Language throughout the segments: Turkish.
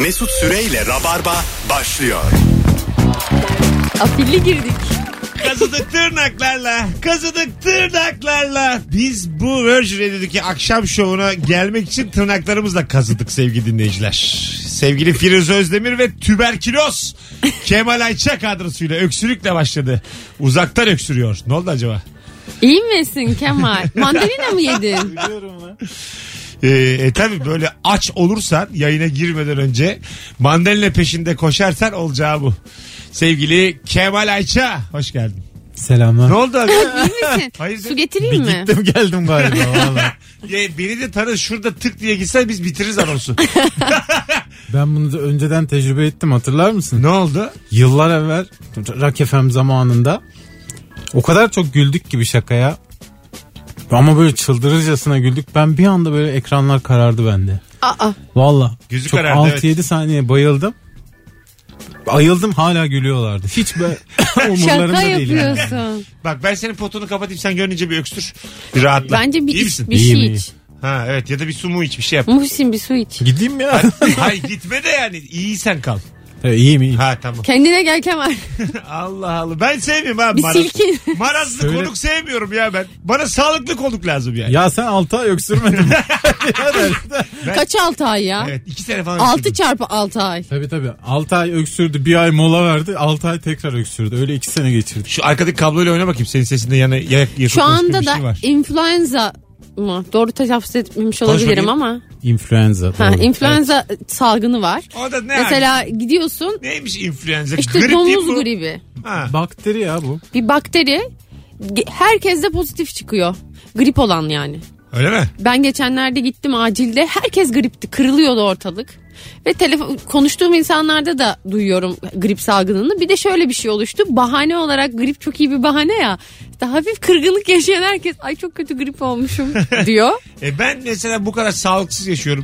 Mesut Süreyle Rabarba başlıyor. Afilli girdik. Kazıdık tırnaklarla. Biz bu Virgin Radio'daki akşam şovuna gelmek için tırnaklarımızla kazıdık sevgili dinleyiciler. Sevgili Firuze Özdemir ve tüberküloz Kemal Ayça kadrosuyla öksürükle başladı. Uzaktan öksürüyor. Ne oldu acaba? İyi misin Kemal? Mandalina mı yedin? Biliyorum lan. Tabii böyle aç olursan yayına girmeden önce mandalina peşinde koşarsan olacağı bu. Sevgili Kemal Ayça hoş geldin. Selamlar. Ne oldu abi? İyi misin? Hayır, Su getireyim mi? Gittim geldim galiba valla. Beni de tanı şurada tık diye gitsen biz bitiririz anonsu. Ben bunu da önceden tecrübe ettim, hatırlar mısın? Ne oldu? Yıllar evvel Rock FM zamanında o kadar çok güldük ki bir şakaya. Ama böyle çıldırırcasına güldük. Ben bir anda böyle ekranlar karardı bende. Aa. Valla. Gözü çok karardı, 6-7 evet. saniye bayıldım. Ayıldım, hala gülüyorlardı. Hiç be umurlarında Şaka değil. Yani. yapıyorsun. Bak ben senin potunu kapatayım sen görünce bir öksür. Bir rahatla. Bence İyi bir misin? şey İyiyim, iç. Ha evet ya da bir su mu iç bir şey yap. Muhsin bir su iç. Gideyim ya. Hayır gitme de yani iyiysen kal. İyiyim iyiyim. Ha tamam. Kendine gel Kemal. Allah Allah ben sevmiyorum abi. Bir silkin. Marazlı Söyle. konuk sevmiyorum ya ben. Bana sağlıklı konuk lazım yani. Ya sen 6 ay öksürmedin. Kaç 6 ay ya? Evet 2 sene falan 6 öksürdüm. çarpı 6 ay. Tabii. 6 ay öksürdü, bir ay mola verdi, 6 ay tekrar öksürdü. Öyle 2 sene geçirdi. Şu arkadaki kabloyla oyna bakayım senin sesinde yakın Şu anda bir şey da var. influenza mı? Doğru telaffuz etmemiş Konuş olabilirim bakayım. ama. İnfluenza. Ha, doğru. influenza salgını var. O da ne Mesela gidiyorsun neymiş influenza? işte Grip değil domuz bu. gribi. Ha. Bakteri ya bu. Bir bakteri herkeste pozitif çıkıyor. Grip olan yani. Öyle mi? Ben geçenlerde gittim acilde. Herkes gripti. Kırılıyordu ortalık. Ve konuştuğum insanlarda da duyuyorum grip salgınını. Bir de şöyle bir şey oluştu. Bahane olarak grip çok iyi bir bahane ya. İşte hafif kırgınlık yaşayan herkes ay çok kötü grip olmuşum diyor. Ben mesela bu kadar sağlıksız yaşıyorum.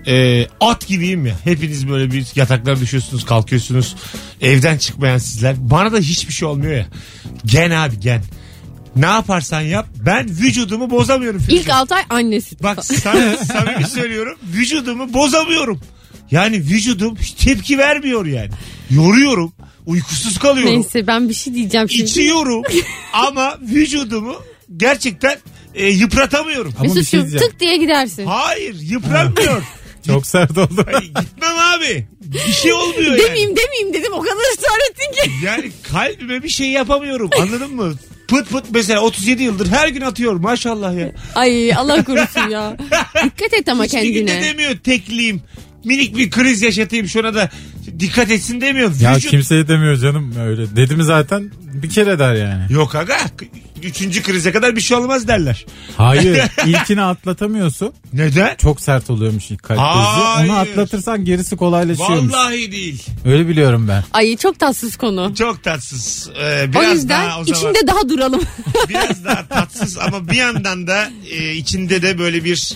At gibiyim ya. Hepiniz böyle bir yataklara düşüyorsunuz, kalkıyorsunuz. Evden çıkmayan sizler. Bana da hiçbir şey olmuyor ya. Gen abi gen. Ne yaparsan yap ben vücudumu bozamıyorum. İlk 6 ay annesi. Bak sana samimi söylüyorum. Vücudumu bozamıyorum. Yani vücudum hiç tepki vermiyor yani. Yoruyorum. Uykusuz kalıyorum. Neyse ben bir şey diyeceğim şimdi. İçiyorum ama vücudumu gerçekten yıpratamıyorum. Ama bir şey Mesut'cum diyeceğim. tık diye gidersin. Hayır yıpranmıyor. Çok sert oldu. Ay, gitmem abi. Bir şey olmuyor yani. Demeyeyim dedim o kadar ısrar ettin ki. Yani kalbime bir şey yapamıyorum anladın mı? Pıt mesela 37 yıldır her gün atıyor maşallah ya. Ay Allah korusun ya. Dikkat et ama Hiçbir günde kendine. demiyor tekliyim. Minik bir kriz yaşatayım şuna da dikkat etsin demiyor. Ya Vücut... kimseye demiyor canım öyle. Dedi mi zaten bir kere der yani. Yok aga 3. krize kadar bir şey olmaz derler. Hayır, ilkini atlatamıyorsun. Neden? Çok sert oluyormuş ilk kalp krizi. Hayır. Onu atlatırsan gerisi kolaylaşıyormuş. Vallahi değil. Öyle biliyorum ben. Ay çok tatsız konu. Çok tatsız. O Biraz yüzden daha o zaman içinde daha duralım. biraz daha tatsız ama bir yandan da içinde de böyle bir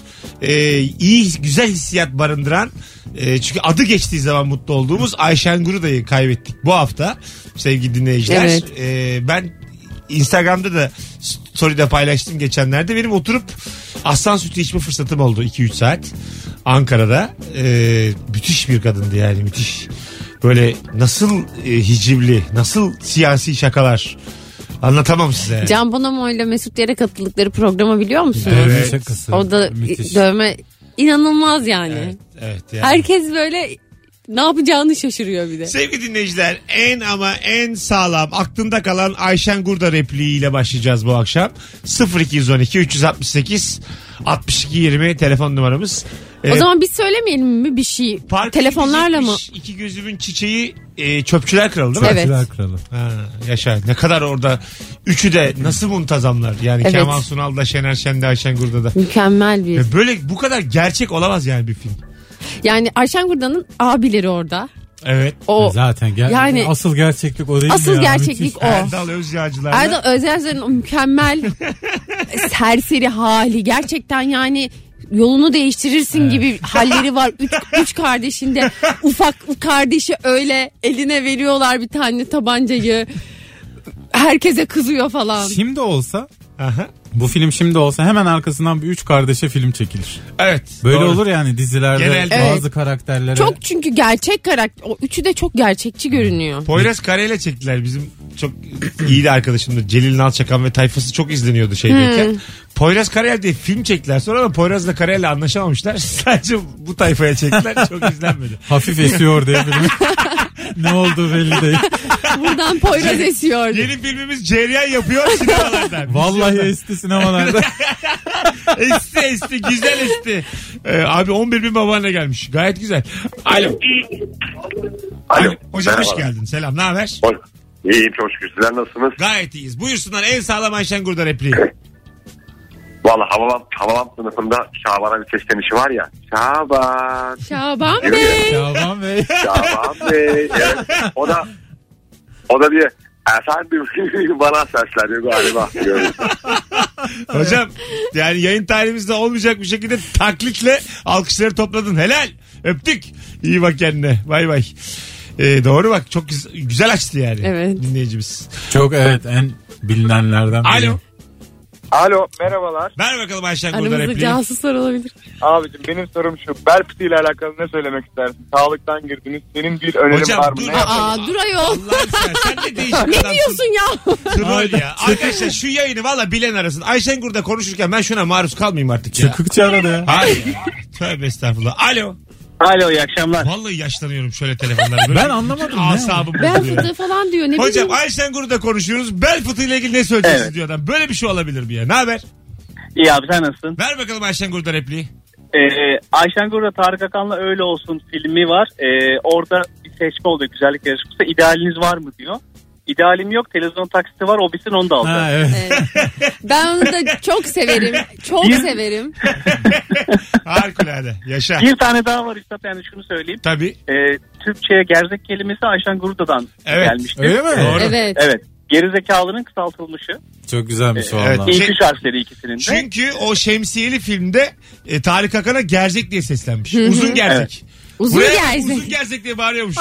iyi güzel hissiyat barındıran çünkü adı geçtiği zaman mutlu olduğumuz Ayşen Guruda'yı kaybettik bu hafta sevgili dinleyiciler. Evet. Ben Instagram'da da story'de paylaştım geçenlerde. Benim oturup aslan sütü içme fırsatım oldu 2-3 saat Ankara'da. Müthiş bir kadındı yani müthiş. Böyle nasıl hicivli, nasıl siyasi şakalar. Anlatamam size. Can Bonomo ile Mesut Yere katıldıkları programı biliyor musunuz? Dövme Evet. şakası. O da Müthiş. dövme inanılmaz yani. Evet yani. Herkes böyle ne yapacağını şaşırıyor bir de. Sevgili dinleyiciler en sağlam aklında kalan Ayşen Gurda repliğiyle başlayacağız bu akşam. 0212 368 62 20 telefon numaramız. O zaman biz söylemeyelim mi bir şey? Telefonlarla mı? İki gözümün çiçeği çöpçüler kralı değil mi? Evet. Çöpçüler kralı. Ha, yaşa ne kadar orada üçü de nasıl muntazamlar yani Evet. Kemal Sunal'da Şener Şen'de Ayşen Gurda'da. Mükemmel bir. Böyle bu kadar gerçek olamaz yani bir film. Yani Ayşen Gurda'nın abileri orada. Evet. O Zaten yani asıl gerçeklik o değil mi asıl ya? gerçeklik Müthiş. o. Erdal Özyağcılar'la. Erdal Özyazlar'ın o mükemmel serseri hali gerçekten yani yolunu değiştirirsin gibi halleri var. Üç kardeşinde ufak kardeşi öyle eline veriyorlar bir tane tabancayı. Herkese kızıyor falan. Şimdi olsa Aha. Bu film şimdi olsa hemen arkasından bir 3 kardeşe film çekilir. Evet. Böyle doğru. olur yani dizilerde Genelde. bazı karakterlere. Çok çünkü gerçek karakter. O üçü de çok gerçekçi görünüyor. Poyraz Karay'la çektiler. Bizim çok iyi de arkadaşımdı. Celil Nalçakan ve tayfası çok izleniyordu şeydeyken. Poyraz Karayel diye film çektiler. Sonra da Poyraz'la Karayel'le anlaşamamışlar. Sadece bu tayfaya çektiler. Çok izlenmedi. Hafif esiyor diye film. Ne olduğu belli değil. Buradan Poyraz esiyor. Yeni filmimiz cereyan yapıyor sinemalardan. Vallahi esti sinemalarda. esti güzel esti. Abi 11.000 babaanne gelmiş. Gayet güzel. Alo. Hocam hoş geldin. Selam, ne haber? İyiyim çok şükür. Sizler nasılsınız? Gayet iyiyiz. Buyursunlar en sağlam Ayşen Gurda repliği. Valla Havalam sınıfında Şaban'a bir seslenişi var ya. Şaban. Şaban Diyor Bey. Şaban Bey. Şaban Bey. Evet. O da bir efendim bana sesleniyor galiba. Hocam yani yayın tarihimizde olmayacak bir şekilde taklitle alkışları topladın. Helal. Öptük. İyi bak kendine. Bay bay. Doğru bak. Çok güzel açtı yani. Evet. Dinleyicimiz. Çok evet en bilinenlerden biri. Alo. Alo merhabalar. Ver bakalım Ayşen Gurda Aramızda repliği. casuslar olabilir. Abicim benim sorum şu. Bel fıtığı ile alakalı ne söylemek istersin? Sağlıktan girdiniz. Senin bir önerin Hocam, var mı? dur. Ne yapalım? Dur ayol. Allah'ım sen de değişik adamsın. Ne diyorsun ya? Troll ya. Arkadaşlar şu yayını valla bilen arasın. Ayşen Gurda konuşurken ben şuna maruz kalmayayım artık ya. Çıkıkça arada ya. Hayır ya. Tövbe estağfurullah. Alo. Alo iyi akşamlar. Vallahi yaşlanıyorum şöyle telefonlara. Böyle Ben anlamadım, ne? asabım Ben bozuluyor. fıtığı falan diyor. Ne Hocam bileyim. Ayşen Gurda konuşuyoruz. Bel fıtığıyla ilgili ne söyleyeceksiniz Evet. diyor adam. Böyle bir şey olabilir mi ya? Ne haber? İyi abi sen nasılsın? Ver bakalım Ayşen Gurda repliği. Ayşen Gurda Tarık Akan'la Öyle Olsun filmi var. Orada bir seçme oluyor güzellik yarışması. İdealiniz var mı diyor. İdealim yok. Televizyon taksiti var. O bitsin onu da alacağım. Ha, evet. Evet. Ben onu da çok severim. Çok severim. Harikulade. Yaşa. Bir tane daha var işte yani şunu söyleyeyim. Tabii. Türkçe'ye gerzek kelimesi Ayşen Gurda'dan Evet. gelmişti. Öyle mi? Doğru. Evet. Evet. Gerizekalının kısaltılmışı. Çok güzelmiş o Evet. valla. İlk Şey- 3 harfleri ikisinin de. Çünkü o şemsiyeli filmde Tarık Akan'a gerzek diye seslenmiş. Uzun gerzek. Uzun Buraya gerzek. Uzun gerzek diye bağırıyormuş.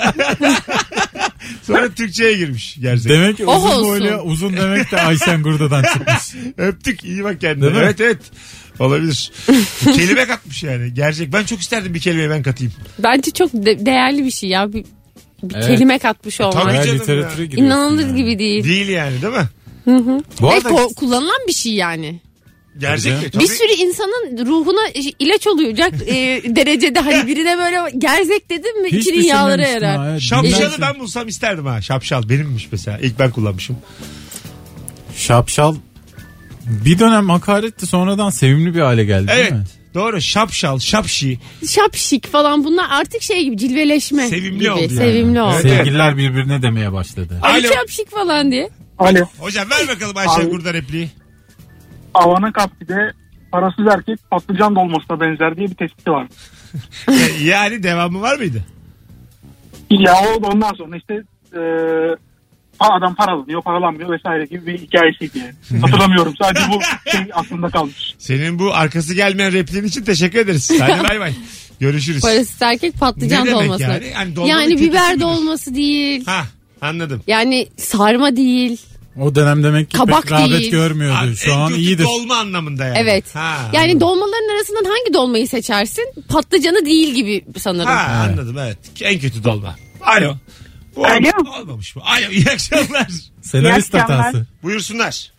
Sonra Türkçe'ye girmiş gerzek. Demek ki Oh uzun olsun. boylu uzun demek de Ayşen Gurda'dan çıkmış. Öptük. İyi bak kendine. Değil mi? Evet evet. Olabilir. Kelime katmış yani. Gerzek. Ben çok isterdim bir kelimeyi ben katayım. Bence çok değerli bir şey ya. Bir Evet. kelime katmış olmak. Tabii Bayağı canım literatüre ya. giriyorsun. İnanılır yani. gibi değil. Değil yani değil mi? Bu Ve arada kullanılan bir şey yani. Gerzek Tabii mi? Bir Tabii. sürü insanın ruhuna ilaç olacak derecede hani birine böyle gerzek dedim mi hiç içinin yağları düşünmemiştim erer. ha, evet. Şapşalı Dinlersin. ben bulsam isterdim ha. Şapşal benimmiş mesela. İlk ben kullanmışım. Şapşal bir dönem hakaretti sonradan sevimli bir hale geldi Evet. değil mi? Doğru. Şapşal, şapşi. Şapşik falan bunlar artık şey gibi cilveleşme Sevimli gibi. oldu yani. Sevimli oldu. Evet. Sevgililer birbirine demeye başladı. Ay Alo. şapşik falan diye. Alo. Hocam ver bakalım Ayşen Gurda repliği. Avana Kapti'de parasız erkek patlıcan dolmasına benzer diye bir tespiti var. Yani devamı var mıydı? Ya ondan sonra işte adam paralanıyor, paralanmıyor vesaire gibi bir hikayesiydi yani. Hatırlamıyorum. Sadece bu şey aklımda kalmış. Senin bu arkası gelmeyen repliğin için teşekkür ederiz. Hadi bay bay. Görüşürüz. Parasız erkek patlıcan Ne demek dolması. yani? Hani dolmanın Yani kötüsü biber müdür? dolması değil. Ha anladım. Yani sarma değil. O dönem demek ki Kabak pek rağbet değil. görmüyordu. Abi, Şu en an kötü iyidir. dolma anlamında yani. Evet. Ha, Yani anladım. dolmaların arasından hangi dolmayı seçersin? Patlıcanı değil gibi sanırım. Ha anladım evet. En kötü dolma. Alo. Bu Alo. olmamış bu. Alo iyi akşamlar. Senarist İyi akşamlar. hatası. Buyursunlar.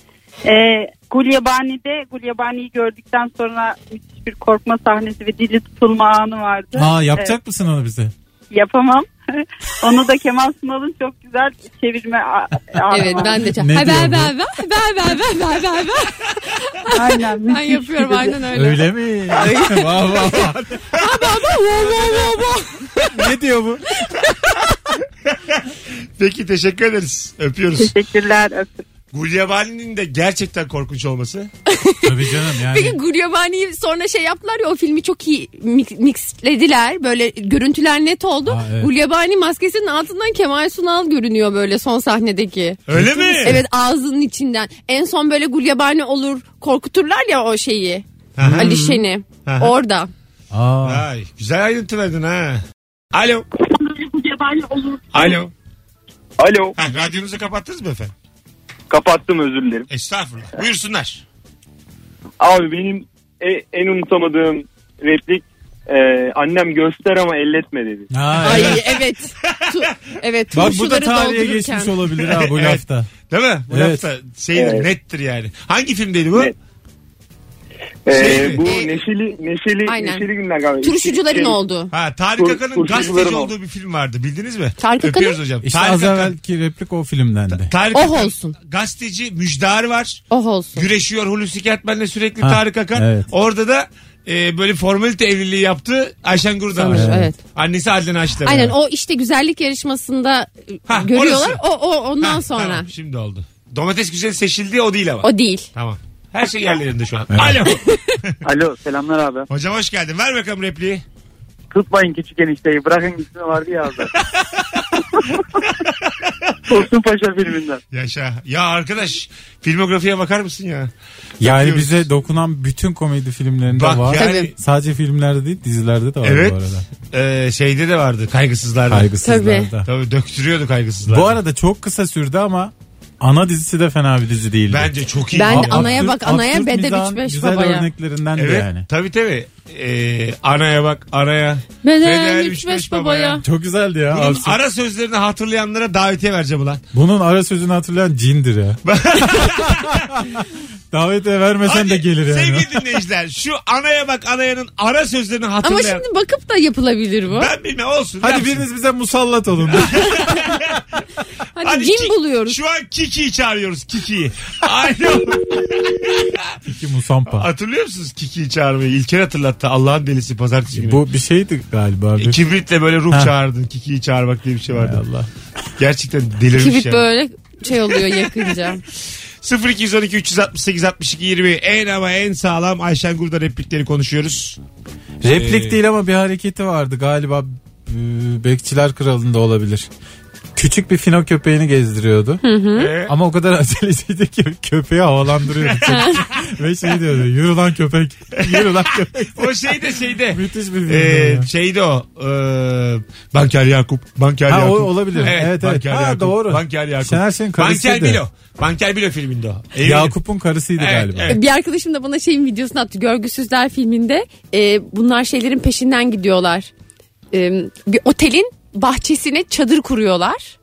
Gulyabani'yi gördükten sonra müthiş bir korkma sahnesi ve dili tutulma anı vardı. Yapacak mısın onu bize? Yapamam. Onu da Kemal Sunal'ın çok güzel çevirme anı Evet var. ben de. Ne Ha, diyor ver. Aynen. Ben müthiş yapıyorum bir aynen öyle. Öyle mi? Vah vah vah. Ne diyor bu? Peki teşekkür ederiz. Öpüyoruz. Teşekkürler. Öptüm. Gulyabani'nin de gerçekten korkunç olması. Tabii canım yani. Peki Gulyabani'yi sonra şey yaptılar ya o filmi çok iyi mixlediler. Böyle görüntüler net oldu. Ha, evet. Gulyabani maskesinin altından Kemal Sunal görünüyor böyle son sahnedeki. Öyle mi? Evet ağzının içinden. En son böyle Gulyabani olur korkuturlar ya o şeyi. Aha. Ali Şen'i. Aha. Orada. Ay, güzel ayrıntı verdin ha. Alo. Alo. Alo. Ha, radyonuzu kapattınız mı efendim? Kapattım, özür dilerim. Estağfurullah. Buyursunlar. Abi benim en unutamadığım replik annem göster ama elletme dedi. Ha, Ay evet. evet. Evet. Bak bu da turşuları tarihe doldururken. geçmiş olabilir ha bu lafta. Değil mi? Bu Evet. lafta şeydir, Evet. nettir yani. Hangi filmdeydi bu? Net. Şey Bu mi? neşeli günler galiba. Turşucuların olduğu. Ha, Tarık Akan'ın Turşucuların gazeteci oldu. olduğu bir film vardı. Bildiniz mi? Tarık Akan'ın? Öpüyoruz hocam. İşte Tarık az Akan. evvelki replik o filmdendi. Tarık Oh Akan, olsun. gazeteci Müjdar var. Oh olsun. Güreşiyor Hulusi Kentmen'le sürekli Ha, Tarık Akan. evet. Orada da böyle formalite evliliği yaptı. Ayşen Gurda var. Sanırım, evet. Annesi Adile Naşit'le Aynen beraber. o işte güzellik yarışmasında Ha, görüyorlar. orası. Ondan Ha, sonra. Tamam, şimdi oldu. Domates güzel seçildi, o değil ama. O değil. Tamam. Her şey yerlerinde şu an. Evet. Alo. Alo, selamlar abi. Hocam hoş geldin. Ver bakalım repliği. Tutmayın küçük enişteyi, bırakın gitsin vardı ya abi. Tosun Paşa filminden. Yaşa. Ya arkadaş, filmografiye bakar mısın ya? Yani Bakıyoruz. bize dokunan bütün komedi filmlerinde Bak var. yani- Tabii. Sadece filmlerde değil, dizilerde de var Evet. bu arada. Şeyde de vardı. Kaygısızlarda. Kaygısızlarda. Tabii döktürüyordu kaygısızlarda. Bu arada çok kısa sürdü ama ana dizisi de fena bir dizi değildi. Bence çok iyi. Ben Abi, anaya bak, anaya absürt bedel mizahın 3-5 güzel babaya. örneklerinden de Evet. yani. Tabii. Anaya bak, araya. Bedel 3-5 babaya. Çok güzeldi ya. Bunun absürt. ara sözlerini hatırlayanlara davetiye vereceğim ulan. Bunun ara sözünü hatırlayan cindir ya. Davetiye vermesen de gelir yani. Sevgili dinleyiciler, şu anaya bak anayanın ara sözlerini Ama hatırlayan. şimdi bakıp da yapılabilir bu. Ben bilmem, olsun. Hadi yapsın. biriniz bize musallat olun. Hadi cin buluyoruz. Şu an Kiki'yi çağırıyoruz, Kiki'yi. Alo. İki musampa. Hatırlıyor musunuz Kiki'yi çağırmayı? İlker hatırlattı, Allah'ın delisi pazartesi günü. Bu bir şeydi galiba. Kibritle böyle ruh Ha. çağırdın. Kiki'yi çağırmak diye bir şey vardı. Hay Allah. Gerçekten delirmiş Kibrit ya. böyle şey oluyor yakınca. 0212 368 62 20 en ama en sağlam Ayşen Gurda replikleri konuşuyoruz. Replik değil ama bir hareketi vardı galiba. Bekçiler Kralı'nda olabilir. Küçük bir fino köpeğini gezdiriyordu. Ama o kadar aceleciydi ki köpeği havalandırıyordu. Ve şey diyordu, yürü lan köpek. Yürü lan köpek. O şeyde. Müthiş bir film. Şeyde o. Banker Yakup. Banker Ha, Yakup. o olabilir. Evet. Banker Ha, Yakup. doğru. Banker Yakup. Şener Şen'in karısıydı. Banker Bilo. Banker Bilo filminde o. Yakup'un karısıydı Evet, galiba. evet. Bir arkadaşım da bana şeyin videosunu attı. Görgüsüzler filminde bunlar şeylerin peşinden gidiyorlar. Bir otelin bahçesine çadır kuruyorlar.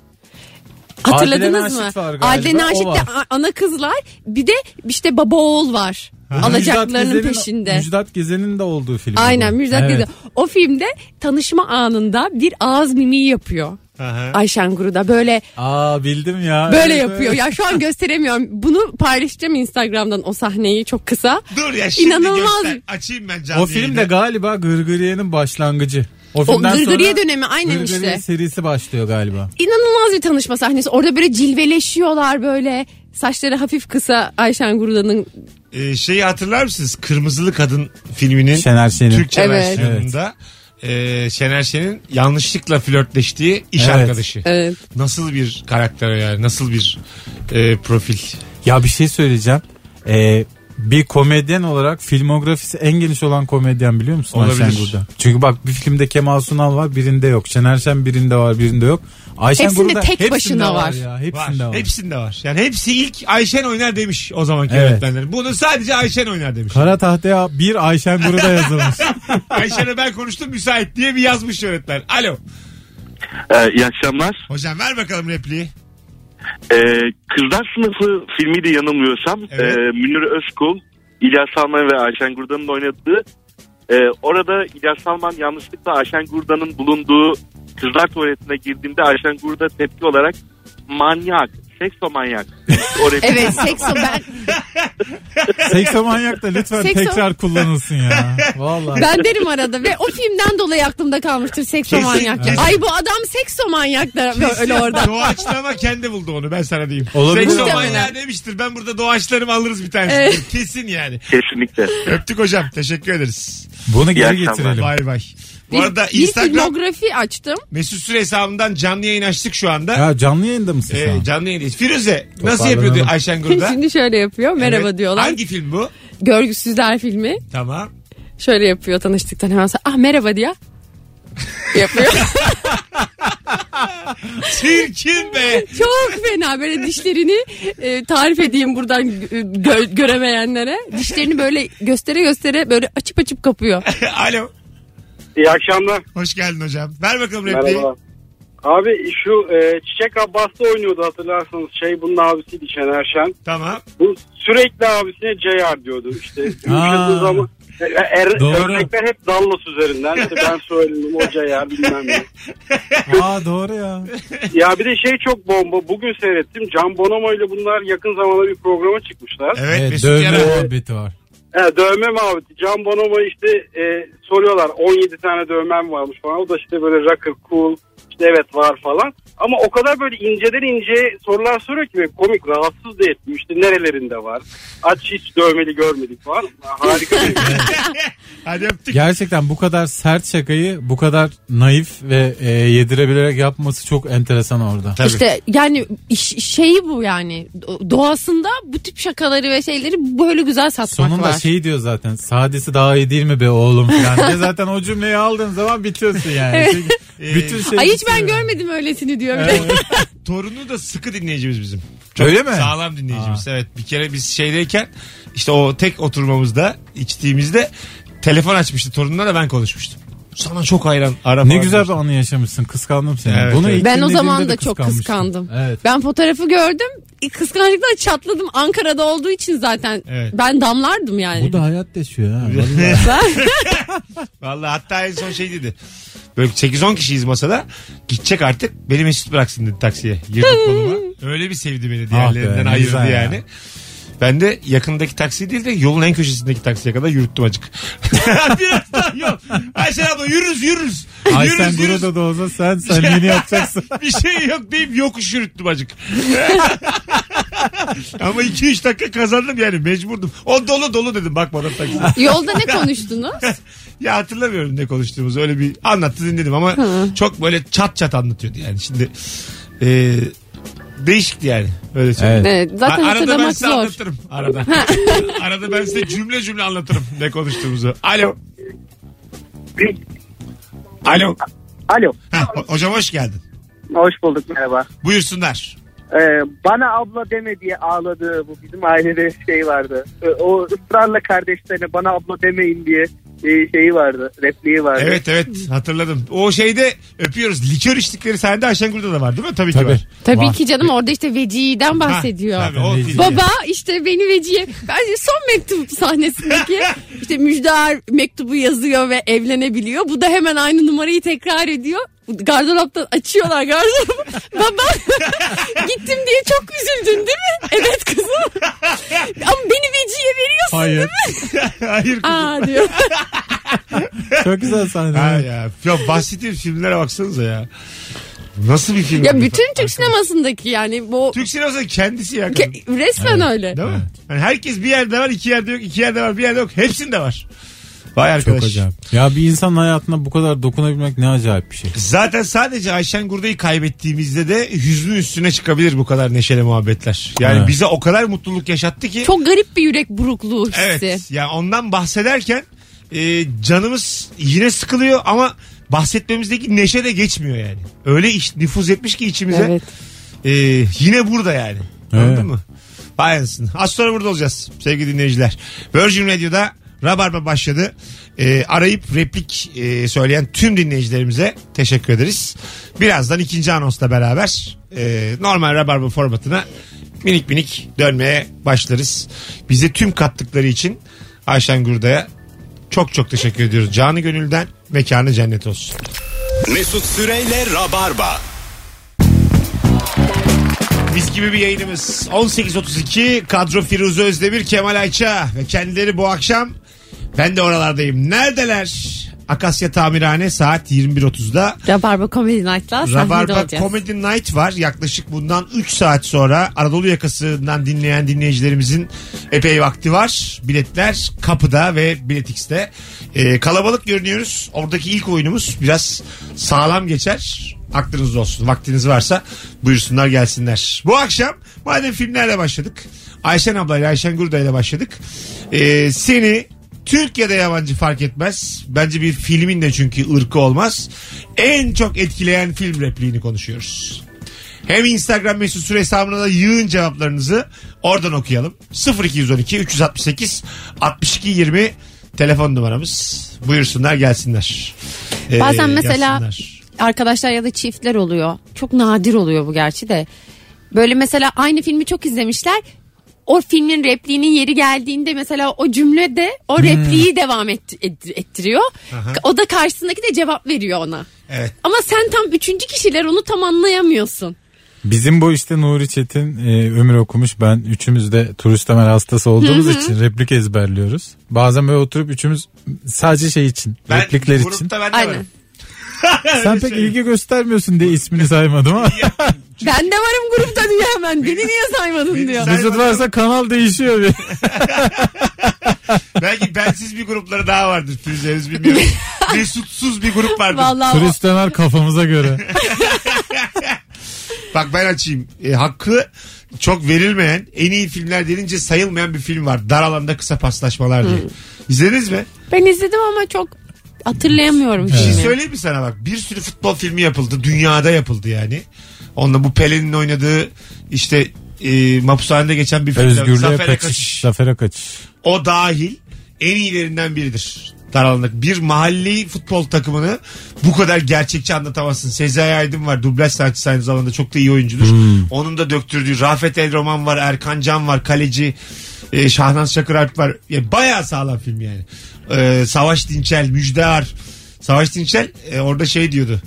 Hatırladınız Adile mı? Naşit var galiba, Adile o Naşit'te var. ana kızlar, bir de işte baba oğul var. Alacaklarının peşinde. Müjdat Gezen'in de olduğu film. Aynen, bu. Müjdat Gezen. O filmde tanışma anında bir ağız mimiği yapıyor. Aha. Ayşen Guru'da böyle Bildim ya. böyle Evet, yapıyor. evet. Ya şu an gösteremiyorum. Bunu paylaşacağım Instagram'dan, o sahneyi çok kısa. Dur ya şimdi İnanılmaz. göster. Açayım ben canlı O film de yayını. galiba Gırgıriye'nin başlangıcı. O filmden Gırgırıye sonra dönemi aynen Gırgırıye işte. serisi başlıyor galiba. İnanılmaz bir tanışma sahnesi. Orada böyle cilveleşiyorlar böyle. Saçları hafif kısa Ayşen Guru'nun. Şeyi hatırlar mısınız? Kırmızılı Kadın filminin Şener Şen'in. Türkçe Evet. versiyonunda Şener Şen'in yanlışlıkla flörtleştiği iş Evet. arkadaşı. Evet. Nasıl bir karakter yani? Nasıl bir profil? Ya bir şey söyleyeceğim. Bir komedyen olarak filmografisi en geniş olan komedyen biliyor musun Olabilir. Ayşen Gurda? Çünkü bak bir filmde Kemal Sunal var, birinde yok. Şener Şen birinde var, birinde yok. Ayşen Hepsinde Gurda tek hepsinde başına var. Ya, hepsinde var. Hepsinde var. Yani hepsi ilk Ayşen oynar demiş o zamanki Evet. yönetmenler. Bunu sadece Ayşen oynar demiş. Kara tahtaya bir Ayşen Gurda yazılmış. Ayşen'e ben konuştum müsait diye bir yazmış yönetmen. Alo. İyi akşamlar. Hocam ver bakalım repliği. Kızlar Sınıfı filmiydi yanılmıyorsam. Evet. Münir Özkul, İlyas Salman ve Ayşen Gurda'nın oynadığı. Orada İlyas Salman yanlışlıkla Ayşen Gurda'nın bulunduğu kızlar tuvaletine girdiğinde Ayşen Gurda tepki olarak manyak, seksomanyak. Evet, sekso ben Seksomanyak da lütfen Sekso- tekrar kullanılsın ya. Vallahi. ben derim arada ve o filmden dolayı aklımda kalmıştır sekso manyak. Kesin. Ay bu adam sekso manyak da öyle orada. Doğaçlama kendi buldu onu, ben sana diyeyim. Olabilir. Seksomanya demiştir. Ben burada doğaçlarımı alırız bir tanesi. Evet. Kesin yani. Kesinlikle. Öptük hocam. Teşekkür ederiz. Bunu geri akşamlar. getirelim. Bay bay. Bu arada Bir Instagram filmografi açtım. Mesut Süre hesabından canlı yayın açtık şu anda. Ya canlı yayında mısın şu an? Canlı yayındayız. Firuze nasıl Toparlanalım. yapıyordu Ayşen Gurda? Şimdi şöyle yapıyor. Merhaba Evet. diyorlar. Hangi film bu? Görgüsüzler filmi. Tamam. Şöyle yapıyor tanıştıktan hemen sonra. Ah merhaba diyor. Yapıyor. Çirkin be. Çok fena böyle dişlerini tarif edeyim buradan göremeyenlere. Dişlerini böyle göstere göstere böyle açıp açıp kapıyor. Alo. İyi akşamlar. Hoş geldin hocam. Ver bakalım repliği. Merhaba. Abi şu Çiçek Abbas'ta oynuyordu hatırlarsanız. Bunun abisiydi Şener Şen. Tamam. Bu sürekli abisine JR diyordu işte. Yumuşadığı zaman örnekler hep Dallas üzerinden. İşte ben söyledim o JR bilmem ne. Doğru ya. Ya bir de çok bomba. Bugün seyrettim. Can Bonomo ile bunlar yakın zamanda bir programa çıkmışlar. Evet. Dövme muhabbeti var. Dövme muhabbeti. Can Bonomo işte soruyorlar 17 tane dövmem varmış falan. O da işte böyle rocker, cool. Evet var falan. Ama o kadar böyle inceden ince sorular soruyor ki komik, rahatsız da etmiyor. İşte nerelerinde var? Aç hiç dövmeli görmedik falan. Harika bir Hadi öptük. Gerçekten bu kadar sert şakayı bu kadar naif ve yedirebilerek yapması çok enteresan orada. Tabii. İşte yani şeyi bu yani doğasında bu tip şakaları ve şeyleri böyle güzel satmak Sonunda var. diyor zaten, sadesi daha iyi değil mi be oğlum falan diye zaten o cümleyi aldığın zaman bitiyorsun yani. Bütün şey Ay hiç ben görmedim öylesini diyor. Torunu da sıkı dinleyicimiz bizim. Öyle mi? Sağlam dinleyicimiz. Evet, bir kere biz şeydeyken işte o tek oturmamızda içtiğimizde telefon açmıştı torununa da ben konuşmuştum. Sana çok hayran. Ne güzel bir anı yaşamışsın. Kıskandım seni. Evet, Bunu evet. ilk Ben o dinlediğimde zaman de da çok kıskandım. Evet. Ben fotoğrafı gördüm. Kıskançlıkla çatladım. Ankara'da olduğu için zaten Evet. ben damlardım yani. Bu da hayat yaşıyor ha. Vallahi hatta en son şey dedi. Böyle 8-10 kişiyiz masada. Gidecek artık. Beni Mesut bıraksın dedi taksiye. Yırtık koluma. Öyle bir sevdi beni diğerlerinden ne ayırdı güzel yani. Ya. Ben de yakındaki taksi değil de yolun en köşesindeki taksiye kadar yürüttüm acık. Biraz daha yol. Ayşen abla yürürüz. Ayşen burada da olsa sen yeni yapacaksın. Bir şey yok deyip yokuş yürüttüm acık. Ama 2-3 dakika kazandım yani mecburdum. O dolu dedim bakmadan taksi. Yolda ne konuştunuz? Ya hatırlamıyorum ne konuştuğumuzu, öyle bir anlattı dinledim ama çok böyle çat anlatıyordu yani şimdi. Değişikti yani. Öyle söyleyeyim. Evet, zaten Arada ben hatırlamak size zor. anlatırım. Arada ben size cümle anlatırım ne konuştuğumuzu. Alo. Alo. Hocam hoş geldin. Hoş bulduk, merhaba. Buyursunlar. Bana abla deme diye ağladığı bu bizim ailede vardı. O ısrarla kardeşlerine bana abla demeyin diye şeyi vardı, repliği vardı. Evet hatırladım. O şeyde öpüyoruz. Likör içtikleri sahnede Ayşen Gurda da var değil mi? Tabii ki var. Tabii ki canım, orada işte Veci'den bahsediyor. Tabii, o Baba işte beni Veci'ye, bence son mektup sahnesindeki işte müjdar mektubu yazıyor ve evlenebiliyor. Bu da hemen aynı numarayı tekrar ediyor. Gardıroptan açıyorlar gardırobu. Baba gittim diye çok üzüldün değil mi? Evet kızım. Ama beni Veci'ye veriyorsun Hayır. değil mi? Hayır kızım. Diyor. Çok güzel sahne. Ya bahsettiğim filmlere baksanıza ya. Nasıl bir film? Ya bütün Türk sinemasındaki yani bu Türk sinemasının kendisi ya. resmen öyle. Değil mi? Yani herkes bir yerde var, 2 yerde yok, 2 yerde var, bir yerde yok. Hepsinde var. Vay arkadaş. Çok acayip. Ya bir insanın hayatına bu kadar dokunabilmek ne acayip bir şey. Zaten sadece Ayşen Gurda'yı kaybettiğimizde de hüznün üstüne çıkabilir bu kadar neşeli muhabbetler. Yani Evet. bize o kadar mutluluk yaşattı ki. Çok garip bir yürek burukluğu hissi. Evet. Yani ondan bahsederken canımız yine sıkılıyor ama bahsetmemizdeki neşe de geçmiyor yani. Öyle nüfuz etmiş ki içimize. Evet. Yine burada yani. Evet. Anladın mı? Vay anasını. Az sonra burada olacağız sevgili dinleyiciler. Virgin Radio'da Rabarba başladı. Arayıp replik söyleyen tüm dinleyicilerimize teşekkür ederiz. Birazdan ikinci anonsla beraber normal Rabarba formatına minik dönmeye başlarız. Bize tüm kattıkları için Ayşen Gurda'ya çok teşekkür ediyoruz. Canı gönülden, mekanı cennet olsun. Mesut Süreyle Rabarba. Mis gibi bir yayınımız. 18.32 kadro Firuze Özdemir, Kemal Ayça ve kendileri bu akşam ben de oralardayım. Neredeler? Akasya Tamirhane saat 21.30'da. Rabarba Comedy Night'la sahnede Rabarba olacağız. Comedy Night var. Yaklaşık bundan 3 saat sonra Anadolu yakasından dinleyen dinleyicilerimizin epey vakti var. Biletler kapıda ve Bilet X'te. Kalabalık görünüyoruz. Oradaki ilk oyunumuz biraz sağlam geçer. Aklınızda olsun. Vaktiniz varsa buyursunlar gelsinler. Bu akşam madem filmlerle başladık. Ayşen ablayla Ayşen Gurda'yla başladık. Seni Türk ya da yabancı fark etmez. Bence bir filmin de çünkü ırkı olmaz. En çok etkileyen film repliğini konuşuyoruz. Hem Instagram mesut süre hesabına da yığın cevaplarınızı oradan okuyalım. 0212 368 62 20 telefon numaramız. Buyursunlar gelsinler. Bazen mesela yazsınlar. arkadaşlar ya da çiftler oluyor. Çok nadir oluyor bu gerçi de. Böyle mesela aynı filmi çok izlemişler. O filmin repliğinin yeri geldiğinde mesela o cümlede o repliği devam ettiriyor. Aha. O da karşısındaki de cevap veriyor ona. Evet. Ama sen tam üçüncü kişiler onu tam anlayamıyorsun. Bizim bu işte Nuri Çetin ömür okumuş, ben üçümüz de turist Ömer hastası olduğumuz için replik ezberliyoruz. Bazen böyle oturup üçümüz sadece şey için, replikler için. Grupta ben de Aynen. varım. Sen pek ilgi göstermiyorsun diye ismini saymadım ama. Ben de varım grupta diyor hemen. Beni niye saymadın Beni diyor. Mesut varsa kanal değişiyor bir. Belki bensiz bir grupları daha vardır Firuze, henüz bilmiyorum. Mesutsuz bir grup vardır. Vallahi Turist Ömer kafamıza göre. Bak ben açayım. Hakkı çok verilmeyen, en iyi filmler denince sayılmayan bir film var. Dar alanda kısa paslaşmalar diye. İzlediniz mi? ben izledim ama çok hatırlayamıyorum Bir şey filmi. söyleyeyim mi sana bak? Bir sürü futbol filmi yapıldı. Dünyada yapıldı yani. Onunla bu Pelin'in oynadığı işte mahpushanede geçen bir film. Özgürlüğe kaçış. Zafere kaçış. O dahil en iyilerinden biridir. Dar alanda. Bir mahalli futbol takımını bu kadar gerçekçi anlatamazsın. Sezai Aydın var. Dublaj sanatçısı aynı zamanda. Çok da iyi oyuncudur. Onun da döktürdüğü Rafet El Roman var. Erkan Can var. Kaleci. Şahnaz Çakıralp var. Yani bayağı sağlam film yani. Savaş Dinçel, Müjdear. Savaş Dinçel orada şey diyordu.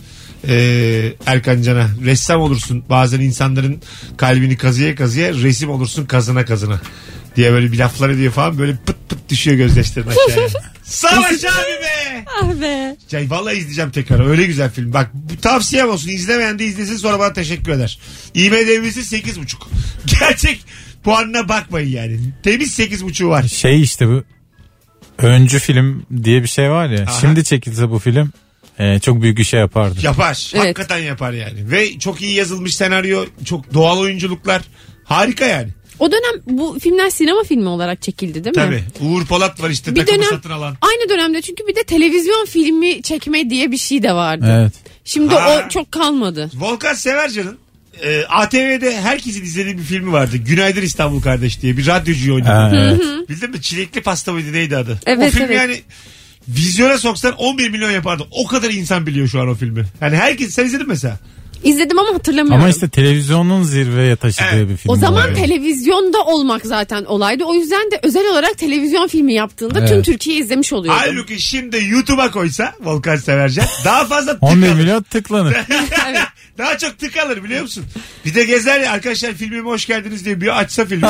Erkan Can'a, ressam olursun bazen insanların kalbini kazıya kazıya, resim olursun kazına kazına diye böyle bir laflar ediyor falan, böyle pıt pıt düşüyor gözyaşların aşağıya. Savaş abi be. Ah be. Ya, vallahi izleyeceğim tekrar, öyle güzel film. Bak bu tavsiyem olsun, izlemeyen de izlesin, sonra bana teşekkür eder. IMDb'si 8.5. Gerçek puanına bakmayın yani. Temiz 8.5'u var. Şey işte bu öncü film diye bir şey var ya. Aha. Şimdi çekilse bu film çok büyük bir şey yapardı. Yapar. Evet. Hakikaten yapar yani. Ve çok iyi yazılmış senaryo, çok doğal oyunculuklar. Harika yani. O dönem bu filmler sinema filmi olarak çekildi değil mi? Tabii. Uğur Polat var işte, Bir takımı dönem satın alan. aynı dönemde çünkü bir de televizyon filmi çekme diye bir şey de vardı. Evet. Şimdi Ha. o çok kalmadı. Volkan Severcan'ın ATV'de herkesin izlediği bir filmi vardı. Günaydın İstanbul Kardeş diye, bir radyocuyu oynadı. Evet. Bildin mi? Çilekli pasta mıydı, neydi adı? Evet, o film evet. yani vizyona soksan 11 milyon yapardı. O kadar insan biliyor şu an o filmi. Yani herkes, sen izledin mesela. İzledim ama hatırlamıyorum. Ama işte televizyonun zirveye taşıdığı Evet. bir film. o zaman Evet. televizyonda olmak zaten olaydı. O yüzden de özel olarak televizyon filmi yaptığında tüm Evet. Türkiye izlemiş oluyordu. Halbuki şimdi YouTube'a koysa Volkan Severcan daha fazla 11 tık alır. milyon tıklanır. Daha çok tık alır biliyor musun? Bir de gezer ya, arkadaşlar filmime hoş geldiniz diye bir açsa filmi.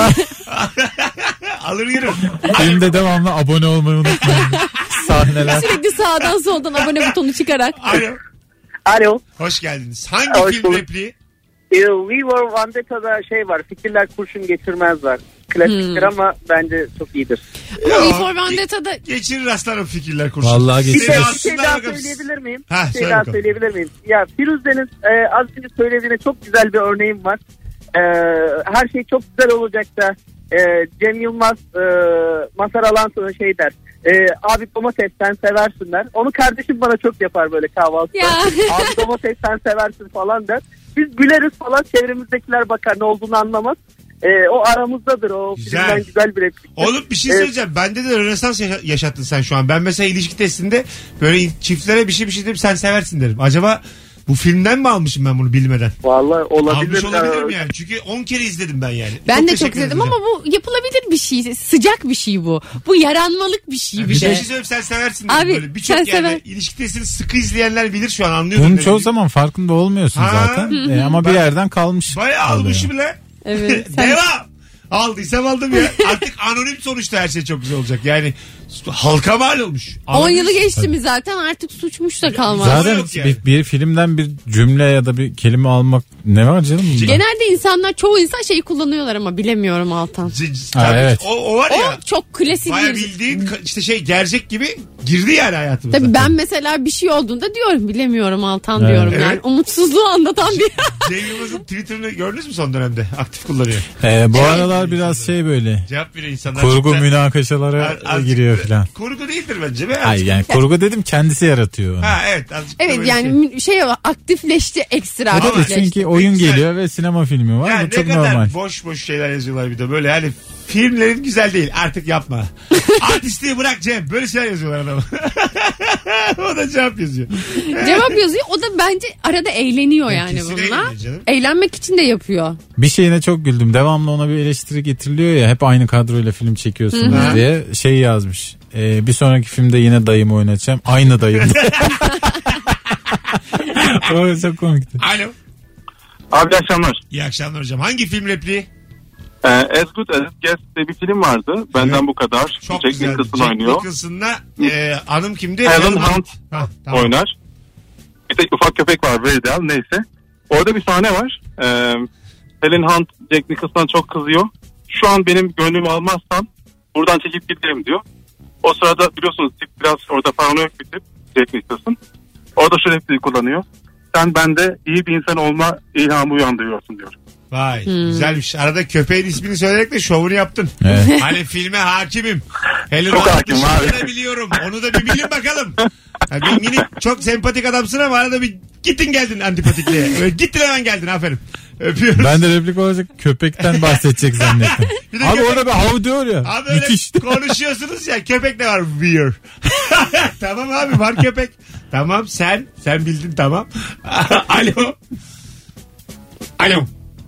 Alır yürür. Filmde devamlı abone olmayı unutmayın. Sahneler. Sürekli sağdan soldan abone butonu çıkarak. Alo. Alo. Hoş geldiniz. Hangi Hoş film bulduk. repliği? We Were Vendetta'da şey var. Fikirler kurşun geçirmez var. Klasiktir ama bence çok iyidir. Ama Yo, V for Vendetta'da Geçirir aslanım fikirler kurşun. Vallahi Bir geçirir. de Seni bir şey alsınlar daha bakalım. söyleyebilir miyim? Ha, Bir şey söyle daha bakalım. söyleyebilir miyim? Ya Firuze'nin az önce söylediğine çok güzel bir örneğim var. Her şey çok güzel olacak da Cem Yılmaz Mazhar Alanso'ya şey der. Abi domates sen seversin der. Onu kardeşim bana çok yapar böyle kahvaltıda. Ya. Abi domates sen seversin falan der. Biz güleriz falan, çevremizdekiler bakar, ne olduğunu anlamaz. O aramızdadır, o Güzel. filmden güzel bir replik. Oğlum bir şey söyleyeceğim. Bende de Rönesans yaşattın sen şu an. Ben mesela ilişki testinde böyle çiftlere bir şey derim, sen seversin derim. Acaba bu filmden mi almışım ben bunu bilmeden? Vallahi olabilir. Almış olabilirim yani. Çünkü 10 kere izledim ben yani. ben de çok teşekkür izledim ederim ama bu yapılabilir bir şey. Sıcak bir şey bu. Bu yaranmalık bir şey hocam. bir Bir şey de. söyleyeyim, sen seversin dedim Abi, böyle. Birçok sen yerde sever. ilişki testini sıkı izleyenler bilir şu an, anlıyorum. Bunun ne çoğu dediğimi. zaman farkında olmuyorsun Ha. zaten. Ama bir yerden kalmış. Bayağı oluyor. almışım bile. Evet. Sen Devam. Aldıysam aldım ya. Artık anonim sonuçta her şey çok güzel olacak. Yani halka mal olmuş. 10 yılı geçti mi zaten artık suçmuş da kalmaz. Zaten yok yani. bir filmden bir cümle ya da bir kelime almak ne var canım bunda? Genelde insanlar, çoğu insan şeyi kullanıyorlar ama bilemiyorum Altan. Tabii, evet. o var ya. O çok klasik Baya bir... bildiğin işte şey, gerçek gibi girdi yani hayatımıza. Tabii ben mesela bir şey olduğunda diyorum bilemiyorum Altan Evet. diyorum yani. Evet. Umutsuzluğu anlatan bir... Cem Yılmaz'ın Twitter'ını gördünüz mü son dönemde? Aktif kullanıyor. Bu aralar biraz şey böyle Cevap veriyor insanlar. kurgu Çok da- münakaşalara Az- giriyor filan. Kurgu değildir bence. Hayır yani kurgu dedim, kendisi yaratıyor onu. Ha evet. Evet yani şey aktifleşti, ekstra Evet, aktifleşti. çünkü oyun geliyor ve sinema filmi var. Yani Bu çok ne kadar normal. boş şeyler yazıyorlar bir de böyle yani filmlerin güzel değil artık yapma. Artistliği bırak Cem, böyle şeyler yazıyorlar adamı. O da cevap yazıyor. Cevap yazıyor, o da bence arada eğleniyor yani Kesin bununla. eğleniyor canım. Eğlenmek için de yapıyor. Bir şeyine çok güldüm. Devamlı ona bir eleştiri getiriliyor ya, hep aynı kadroyla film çekiyorsunuz Hı-hı. diye şey yazmış. Bir sonraki filmde yine dayımı oynatacağım. Aynı dayım. O çok komikti. Alo. Abi iyi akşamlar. İyi akşamlar hocam. Hangi film repliği? As Good As It Gets diye bir film vardı. Benden Evet. bu kadar. Çok Jack güzel. Nicholson Jack oynuyor. Nicholson'la hanım kimdi? Helen Hunt Tamam. oynar. Bir de ufak köpek var, Veridal, neyse. Orada bir sahne var. Helen Hunt Jack Nicholson'a çok kızıyor. Şu an benim gönlümü almazsan buradan çekip giderim diyor. O sırada biliyorsunuz tip biraz orada paranoyak bir tip, Jack Nicholson. Orada şu repliği kullanıyor. Sen bende iyi bir insan olma ilhamı uyandırıyorsun diyor. Vay güzelmiş. Arada köpeğin ismini söyleyerek de şovunu yaptın. Evet. Hani filme hakimim. Helen Çok Hunt'ı hakimim abi. dışarıda biliyorum. Onu da bir bilin bakalım. Yani bir minik çok sempatik adamsın ama arada bir gittin geldin antipatikliğe. Öyle gittin hemen geldin, aferin. Öpüyoruz. Ben de replik olacak, köpekten bahsedecek zannettim. Bir de Abi köpek- orada bir hav diyor ya. Abi öyle Müthiş. konuşuyorsunuz ya, köpek de var, weird. Tamam abi, var köpek. Tamam sen bildin, tamam. Alo. Alo.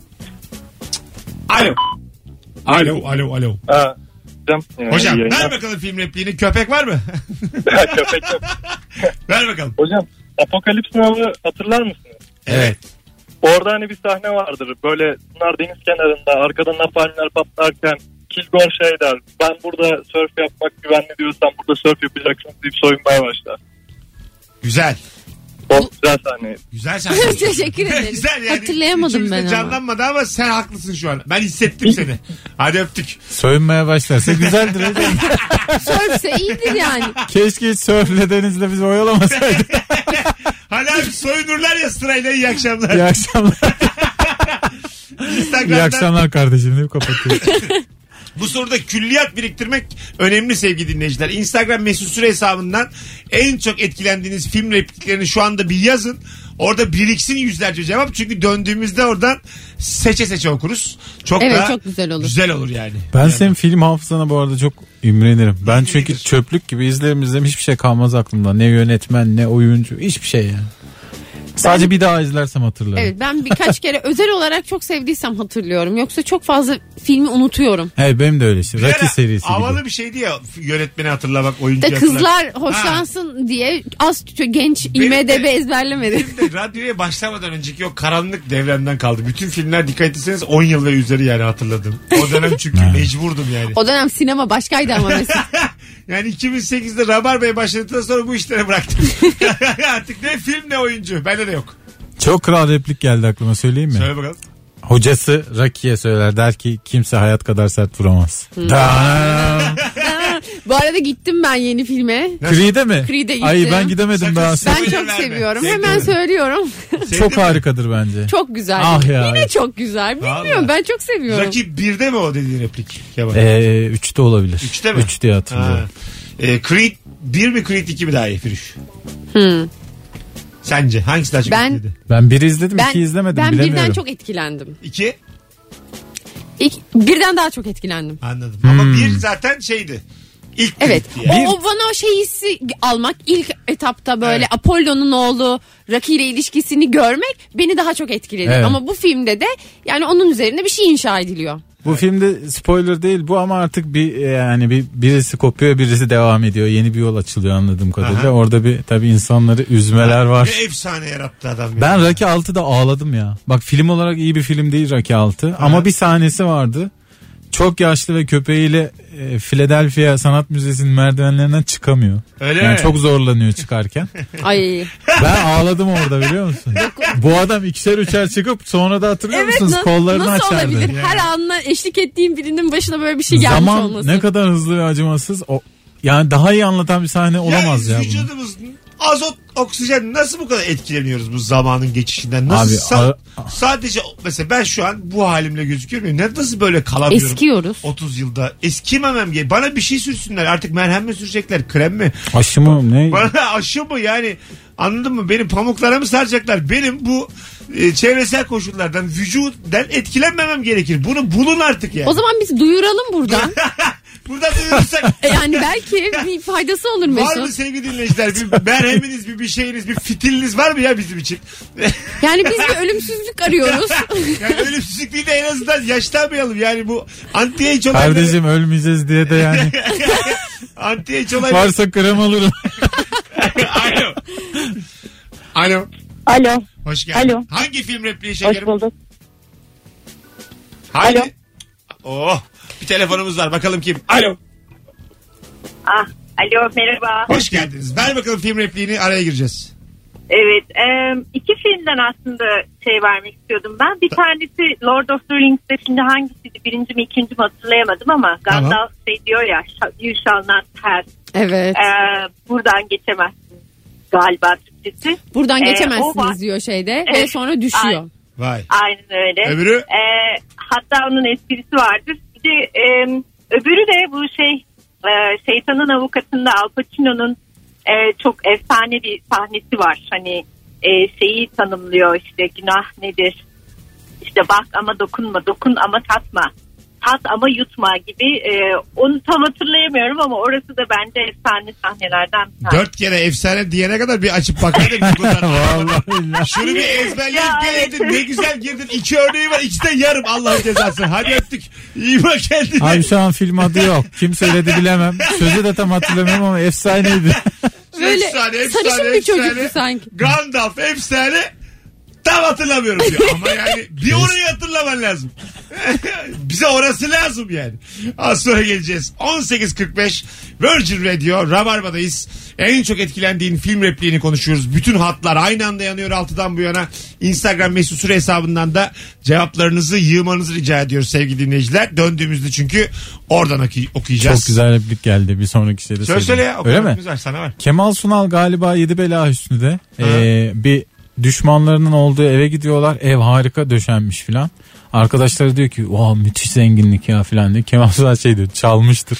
Alo. Alo. Hocam ver bakalım film repliğini. Köpek var mı? Köpek yok. Ver bakalım. Hocam Apokalips Now'ı hatırlar mısınız? Evet. Orada hani bir sahne vardır. Böyle bunlar deniz kenarında, arkadan napalmler patlarken Kilgore şey der. Ben burada sörf yapmak güvenli diyorsam burada sörf yapacaksın deyip soyunmaya başlar. Güzel. O güzel sahne. Güzel sahne. Teşekkür ederim. Güzel yani. Hatırlayamadım İçimizde ben ama. canlanmadı ama sen haklısın şu an. Ben hissettim seni. Hadi öptük. Soyunmaya başlarsa güzeldir hocam. Sörfse iyidir yani. Keşke hiç sörfle denizle bizi oyalamasaydı. Hadi abi soyunurlar ya sırayla, iyi akşamlar. İyi akşamlar. Instagram'dan İyi akşamlar kardeşim deyip kapatıyoruz. bu soruda külliyat biriktirmek önemli sevgili dinleyiciler. Instagram mesut süre hesabından en çok etkilendiğiniz film repliklerini şu anda bir yazın. Orada biriksin yüzlerce cevap. Çünkü döndüğümüzde oradan seçe seçe okuruz. Çok Evet, da çok güzel olur. Güzel olur yani. Ben senin film hafızana bu arada çok imrenirim. Ben çünkü çöplük gibi izlerim hiçbir şey kalmaz aklımda. Ne yönetmen ne oyuncu, hiçbir şey yani. Sadece bir daha izlersem hatırlarım. Evet, ben birkaç kere özel olarak çok sevdiysem hatırlıyorum. Yoksa çok fazla filmi unutuyorum. Evet, benim de öyle işte. Bir ara Rocky serisi havalı gibi. bir şeydi ya, yönetmeni hatırlamak, oyuncuyu De hatırlamak. kızlar hoşlansın diye az genç Benim IMDb de- ezberlemedi. Benim de radyoya başlamadan önceki o karanlık devremden kaldı. Bütün filmler dikkat etseniz 10 yıl ve üzeri yani hatırladım. O dönem çünkü mecburdum yani. O dönem sinema başkaydı ama mesela. Yani 2008'de Rabarba'ya başladıktan sonra bu işleri bıraktım. Artık ne film ne oyuncu. Bende de yok. Çok kral replik geldi aklıma, söyleyeyim mi? Söyle bakalım. Hocası Rocky'ye söyler, der ki kimse hayat kadar sert vuramaz. Bu arada gittim ben yeni filme. Creed'e mi? Creed'e gittim. Ay ben gidemedim Sakın daha. sen- Ben Spoiler çok verme. seviyorum. Sevdim Hemen mi? söylüyorum. Çok harikadır bence. Çok güzel. Ah ya. Yine çok güzel. Bilmiyorum, Vallahi. ben çok seviyorum. Rakip 1'de mi o dediğin replik? Kemal? 3'te olabilir. 3'te mi? 3 diye hatırlıyorum. Creed 1 mi Creed 2 mi daha iyi Firuş? Hmm. Sence hangisi daha çok Ben- etkiledi? Ben 1 izledim, 2 izlemedim, ben bilemiyorum. birden çok etkilendim. 2? Birden daha çok etkilendim. Anladım. Ama 1 zaten şeydi. İlk Evet. Creed'ti yani. O bana o şey hissi almak, ilk etapta böyle Evet. Apollo'nun oğlu Rocky ile ilişkisini görmek beni daha çok etkiledi. Evet. Ama bu filmde de yani onun üzerine bir şey inşa ediliyor. Bu filmde spoiler değil bu ama artık birisi kopuyor, birisi devam ediyor. Yeni bir yol açılıyor anladığım kadarıyla. Aha. Orada bir tabii insanları üzmeler var. Ne efsane yarattı adam. Ben ya. Rocky 6'da ağladım ya. Bak film olarak iyi bir film değil Rocky 6 ama bir sahnesi vardı. Çok yaşlı ve köpeğiyle Philadelphia Sanat Müzesi'nin merdivenlerinden çıkamıyor. Öyle yani mi? çok zorlanıyor çıkarken. Ay. Ben ağladım orada, biliyor musun? Bu adam ikişer üçer çıkıp sonra da hatırlıyor musunuz? Kollarını nasıl açardı. olabilir? Her anla eşlik ettiğim birinin başına böyle bir şey gelmiş Zaman olması. ne kadar hızlı ve acımasız. Yani daha iyi anlatan bir sahne olamaz ya. Yani bunu. vücudumuzun azot, oksijen nasıl bu kadar etkileniyoruz bu zamanın geçişinden? Nasıl Abi, sadece mesela ben şu an bu halimle gözüküyorum ya. Nasıl böyle kalamıyorum? Eskiyoruz. 30 yılda. Eskimemem diye. Bana bir şey sürsünler. Artık merhem mi sürecekler? Krem mi? Aşı mı ne? Bana aşı mı yani? Anladın mı? Benim pamuklara mı saracaklar? Benim bu çevresel koşullardan, vücuttan etkilenmemem gerekir. Bunu bulun artık yani. O zaman biz duyuralım buradan. Buradan duyurursak. Yani belki bir faydası olur Mesut. Var mı sevgili dinleyiciler? Bir merheminiz, bir şeyiniz, bir fitiliniz var mı ya bizim için? Yani biz bir ölümsüzlük arıyoruz. Yani ölümsüzlük değil de en azından yaşlanmayalım. Yani bu anti-age olayları. Kardeşim ölmeyeceğiz diye de yani. Anti-age olayları. Varsa krem alırım. Alo. Alo. Alo. Hoş geldin. Alo. Hangi film repliği şekerim? Hoş bulduk. Hangi? Alo. Oh. Bir telefonumuz var. Bakalım kim? Alo. Alo merhaba. Hoş geldiniz. Ver bakalım film repliğini, araya gireceğiz. Evet. İki filmden aslında vermek istiyordum ben. Bir tanesi Lord of the Rings'te, şimdi hangisiydi? Birinci mi ikinci mi hatırlayamadım ama Tamam. Gandalf diyor ya, you shall not pass. Evet. Buradan geçemezsin galiba Türkçesi. Buradan o var. geçemezsiniz diyor şeyde ve sonra düşüyor. Vay. Aynen öyle. Öbürü? Hatta onun esprisi vardır. Bir de öbürü de bu Şeytanın Avukatı'nda Al Pacino'nun çok efsane bir sahnesi var. Hani şeyi tanımlıyor, işte günah nedir? İşte bak ama dokunma, dokun ama tatma. Tat ama yutma gibi. Onu tam hatırlayamıyorum ama orası da bence efsane sahnelerden bir tanesi. 4 kere efsane diyene kadar bir açıp bakardım. Vallahi. Şunu bir ezberleyip geleydin. Ne güzel girdin. 2 örneği var. İkisi de yarım. Allah'ın cezası. Hadi öptük. İyi bak kendine. Abi şu an film adı yok. Kim söyledi bilemem. Sözü de tam hatırlamıyorum ama efsaneydi. Böyle efsane, sarışın bir çocuktu sanki. Gandalf efsane. Tam hatırlamıyorum diyor. Ama yani bir orayı hatırlaman lazım. Bize orası lazım yani. Az sonra geleceğiz. 18.45 Virgin Radio Rabarba'dayız. En çok etkilendiğin film repliğini konuşuyoruz. Bütün hatlar aynı anda yanıyor 6'dan bu yana. Instagram Mesut Süre hesabından da cevaplarınızı yığmanızı rica ediyoruz sevgili dinleyiciler. Döndüğümüzde çünkü oradan okuyacağız. Çok güzel replik geldi. Bir sonraki şeyde söyleyeyim. Söyle ya. Öyle mi? Var, sana var. Kemal Sunal galiba Yedi Bela Hüsnü'de bir düşmanlarının olduğu eve gidiyorlar. Ev harika döşenmiş filan. Arkadaşları diyor ki wow, müthiş zenginlik ya filan diyor. Kemal Sunal diyor, çalmıştır.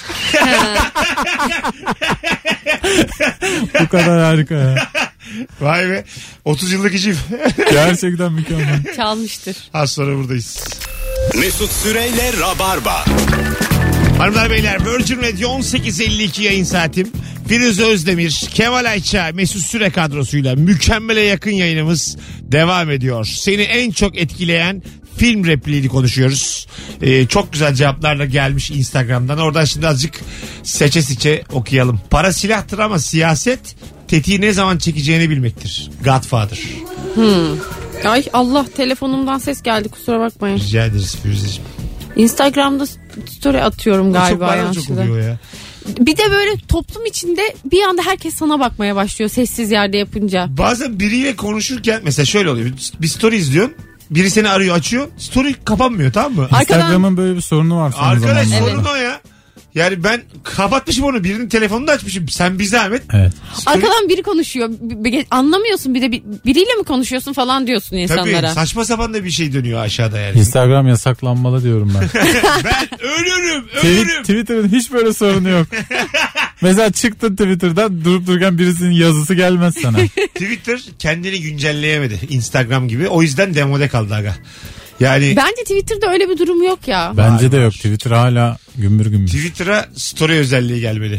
Bu kadar harika ya. Vay be. 30 yıllık işim. Gerçekten mükemmel. Çalmıştır. Az sonra buradayız. Mesut Süreyle Rabarba. Hanımlar beyler, Virgin Radio 18.52 yayın saatim. Firuze Özdemir, Kemal Ayça, Mesut Süre kadrosuyla mükemmele yakın yayınımız devam ediyor. Seni en çok etkileyen film repliğini konuşuyoruz. Çok güzel cevaplarla gelmiş Instagram'dan. Oradan şimdi azıcık seçe seçe okuyalım. Para silahtır ama siyaset tetiği ne zaman çekeceğini bilmektir. Godfather. Ay Allah, telefonumdan ses geldi, kusura bakmayın. Rica ederiz Firuzeciğim. Instagram'da story atıyorum galiba. Çok oluyor ya. Bir de böyle toplum içinde bir anda herkes sana bakmaya başlıyor sessiz yerde yapınca. Bazen biriyle konuşurken mesela şöyle oluyor. Bir story izliyorsun. Biri seni arıyor, açıyor. Story kapanmıyor, tamam mı? Instagram'ın böyle bir sorunu var son arkadaş zamanlarda. sorun o ya. Yani ben kapatmışım onu. Birinin telefonunu da açmışım. Sen bir zahmet. Evet. Arkadan biri konuşuyor. Anlamıyorsun, bir de biriyle mi konuşuyorsun falan diyorsun insanlara. Tabii saçma sapan da bir şey dönüyor aşağıda yani. Instagram yasaklanmalı diyorum ben. Ben ölürüm. Twitter'ın hiç böyle sorunu yok. Mesela çıktın Twitter'dan, durup dururken birisinin yazısı gelmez sana. Twitter kendini güncelleyemedi Instagram gibi. O yüzden demode kaldı aga. Yani bence Twitter'da öyle bir durum yok ya. Bence de yok. Twitter hala gümbür gümbür. Twitter'a story özelliği gelmeli.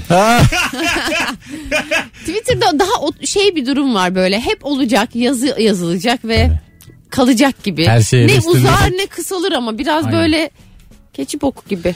Twitter'da daha bir durum var böyle. Hep olacak, yazı yazılacak ve kalacak gibi. Her şey ne uzar ne kısalır ama biraz aynen. Böyle keçi boku gibi.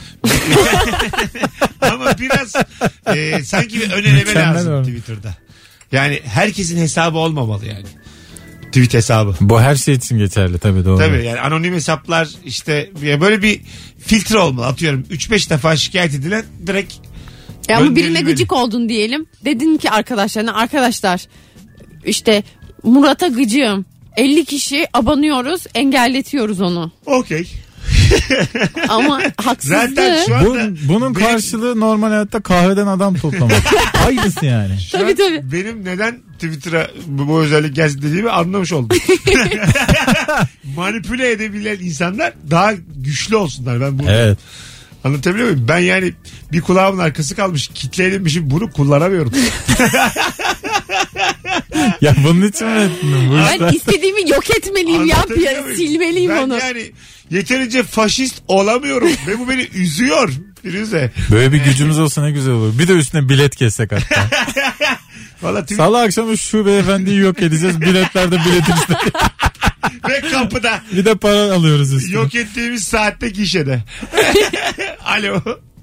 Ama biraz sanki bir öneleme Mükemmel lazım o. Twitter'da. Yani herkesin hesabı olmamalı yani. Tweet hesabı. Bu her şey için geçerli tabii, doğru. Tabii yani anonim hesaplar işte böyle bir filtre olmalı. Atıyorum 3-5 defa şikayet edilen direkt Ama birine gıcık oldun diyelim. Dedin ki arkadaşlar işte Murat'a gıcığım. 50 kişi abanıyoruz, engelletiyoruz onu. Okey. Ama haksızlık. Zaten şu anda Bunun karşılığı normal hayatta kahveden adam toplamak. Aynısı yani. Tabii. benim neden Twitter'a bu özellik gelsin dediğimi anlamış oldum. Manipüle edebilen insanlar daha güçlü olsunlar. Ben bunu Evet. anlatabiliyor muyum? Ben yani bir kulağımın arkası kalmış, kitle edinmişim, bunu kullanamıyorum. Ya bunun için mi ettin? Ben istediğimi yok etmeliyim ya. Anlatabiliyor muyum? Silmeliyim ben onu. yani yeterince faşist olamıyorum ve bu beni üzüyor Firuze. Böyle bir gücümüz olsa ne güzel olur. Bir de üstüne bilet kessek hatta. Vallahi Salı akşamı şu beyefendiyi yok edeceğiz. Biletlerde biletin üstüne. ve kapıda. Bir de para alıyoruz üstüne. Yok ettiğimiz saatte gişede. Alo.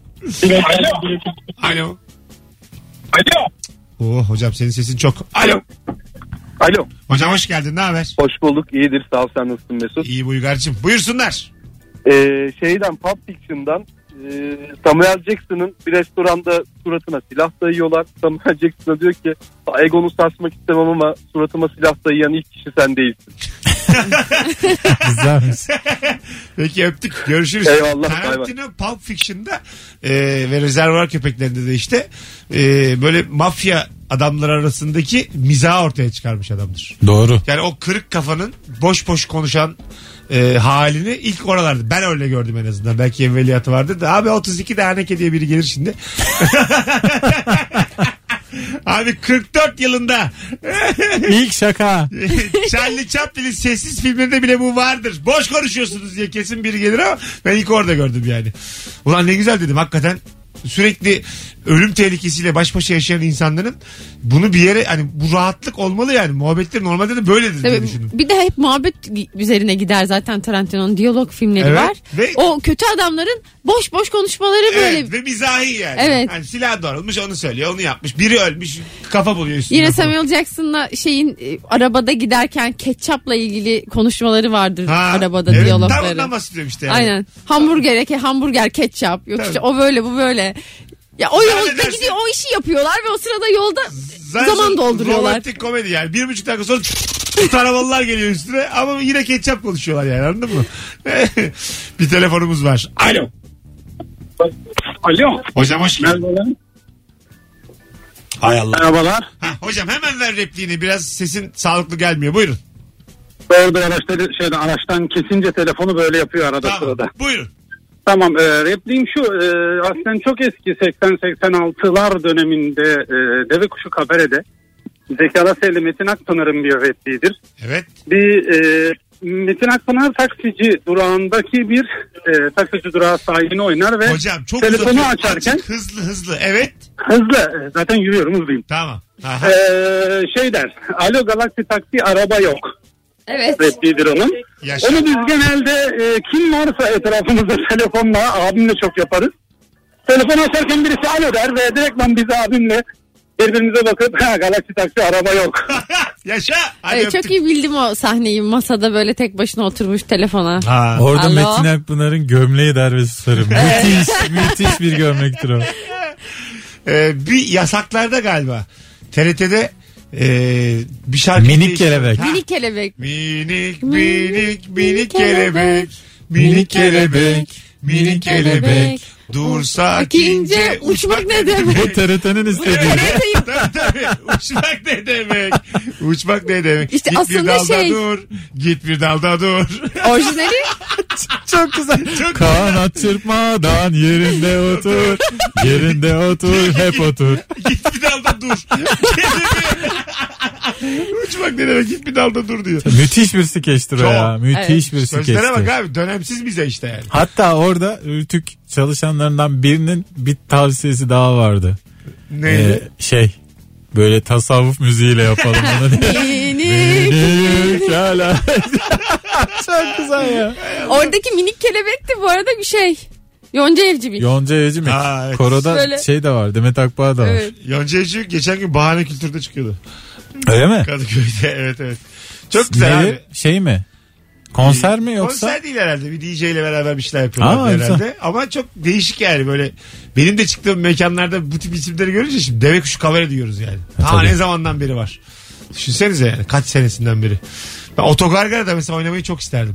Alo. Alo. Oh hocam senin sesin çok. Alo. Alo. Hocam hoş geldin, ne haber? Hoş bulduk. İyidir. Sağ ol, sen nasılsın Mesut? İyi Uygar'cığım. Buyursunlar. Pulp Fiction'dan Samuel Jackson'ın bir restoranda suratına silah dayıyorlar. Samuel Jackson'a diyor ki egonu sarsmak istemem ama suratıma silah dayayan ilk kişi sen değilsin. Güzelmiş. Peki öptük. Görüşürüz. Eyvallah, bay bay. Tarantino Pulp Fiction'da ve Rezervuar Köpeklerinde de işte böyle mafya adamlar arasındaki mizahı ortaya çıkarmış adamdır. Doğru. Yani o kırık kafanın boş boş konuşan halini ilk oralarda. Ben öyle gördüm en azından. Belki evveliyatı vardır da. Abi 32 de Haneke diye biri gelir şimdi. Abi 44 yılında İlk şaka. Charlie Chaplin'in sessiz filmlerinde bile bu vardır. Boş konuşuyorsunuz diye kesin biri gelir ama ben ilk orada gördüm yani. Ulan ne güzel dedim hakikaten. Sürekli ölüm tehlikesiyle baş başa yaşayan insanların bunu bir yere, hani bu rahatlık olmalı yani. Muhabbetler normalde de böyledir diye düşündüm. Bir de hep muhabbet üzerine gider zaten Tarantino'nun diyalog filmleri Evet, var. ve- O kötü adamların boş boş konuşmaları böyle. Evet, ve mizahi yani. Evet. Hani silah doğrulmuş, onu söylüyor, onu yapmış. Biri ölmüş, kafa buluyor üstüne. Yine Samuel Jackson'la arabada giderken ketçapla ilgili konuşmaları vardır arabada evet, diyalogları. tam ondan bahsediyorum işte yani. Aynen. Hamburger ketçap. Yok Tabii. işte o böyle bu böyle. Ya o yolda Zannedersin- gidiyor, o işi yapıyorlar ve o sırada yolda Zaten zaman dolduruyorlar. Romantik komedi yani. 1,5 dakika sonra arabalar geliyor üstüne ama yine ketçap konuşuyorlar yani, anladın mı? Bir telefonumuz var. Alo. Alo. Hocam hoş geldin. Hay Allah. Merhabalar. Hocam hemen ver repliğini, biraz sesin sağlıklı gelmiyor, buyurun. Orada araçtan kesince telefonu böyle yapıyor arada sırada. Buyurun. Tamam, repliğim şu, aslında çok eski 80-86'lar döneminde Deve Kuşu Kabare'de Zeki Alasya ile Metin Akpınar'ın bir repliğidir. Evet. Bir Metin Akpınar taksici durağındaki bir taksici durağı sahibini oynar ve hocam, çok telefonu uzatıyor. açarken Açık, hızlı evet. hızlı, zaten yürüyorum, hızlıyım. Tamam. Der, alo Galaxy taksi araba yok. Evet. Repliğidir onun. Yaşa. Onu biz genelde kim varsa etrafımızda telefonla abimle çok yaparız. Telefonu açarken birisi alo der ve direktman biz abimle birbirimize bakıp Galaxy taksi araba yok. Yaşa. Hadi Evet, öptük. çok iyi bildim o sahneyi. Masada böyle tek başına oturmuş telefona. Orada Alo. Metin Akpınar'ın gömleği der ve susarım. Müthiş bir gömlektir o. Bir yasaklarda galiba TRT'de bir şarkı Minik değişti. kelebek. Ha? Minik kelebek. Minik kelebek. Minik kelebek. Minik kelebek. Dur sakince uçmak ne demek? Bu TRT'nin istediği. Tabii. Uçmak ne demek? Uçmak ne demek? İşte git bir aslında dalda dur. Git bir dalda dur. Orijinali Çok güzel. Çok Kanat çırpmadan yerinde otur. Yerinde otur, hep otur. Git bir dalda dur. Uçmak ne demek? Git bir dalda dur diyor. Müthiş bir skeçtir o Çok. ya. Müthiş bir Sözlere bak skeçtir. abi, dönemsiz bize işte yani. Hatta orada Rütük çalışanlarından birinin bir tavsiyesi daha vardı. Neydi? Böyle tasavvuf müziğiyle yapalım bunu diye. Minik hala. Çok güzel ya. Oradaki minik kelebek de bu arada bir şey. Yonca Evcimik. Yonca Evcimik. Evet. Koroda Böyle. de var. Demet Akbağ da var. Evet. Yonca Evcimik geçen gün Bahane Kültür'de çıkıyordu. Öyle mi? Kadıköy'de, evet. Çok güzel abi. Mi? Konser mi yoksa? Konser değil herhalde. Bir DJ ile beraber bir şeyler yapıyorlar herhalde. Güzel. Ama çok değişik yani, böyle. Benim de çıktığım mekanlarda bu tip isimleri görünce şimdi Deve Kuşu Kabare diyoruz yani. Tabii. Ne zamandan beri var. Düşünsenize yani, kaç senesinden beri. Ben Otogargara'da mesela oynamayı çok isterdim.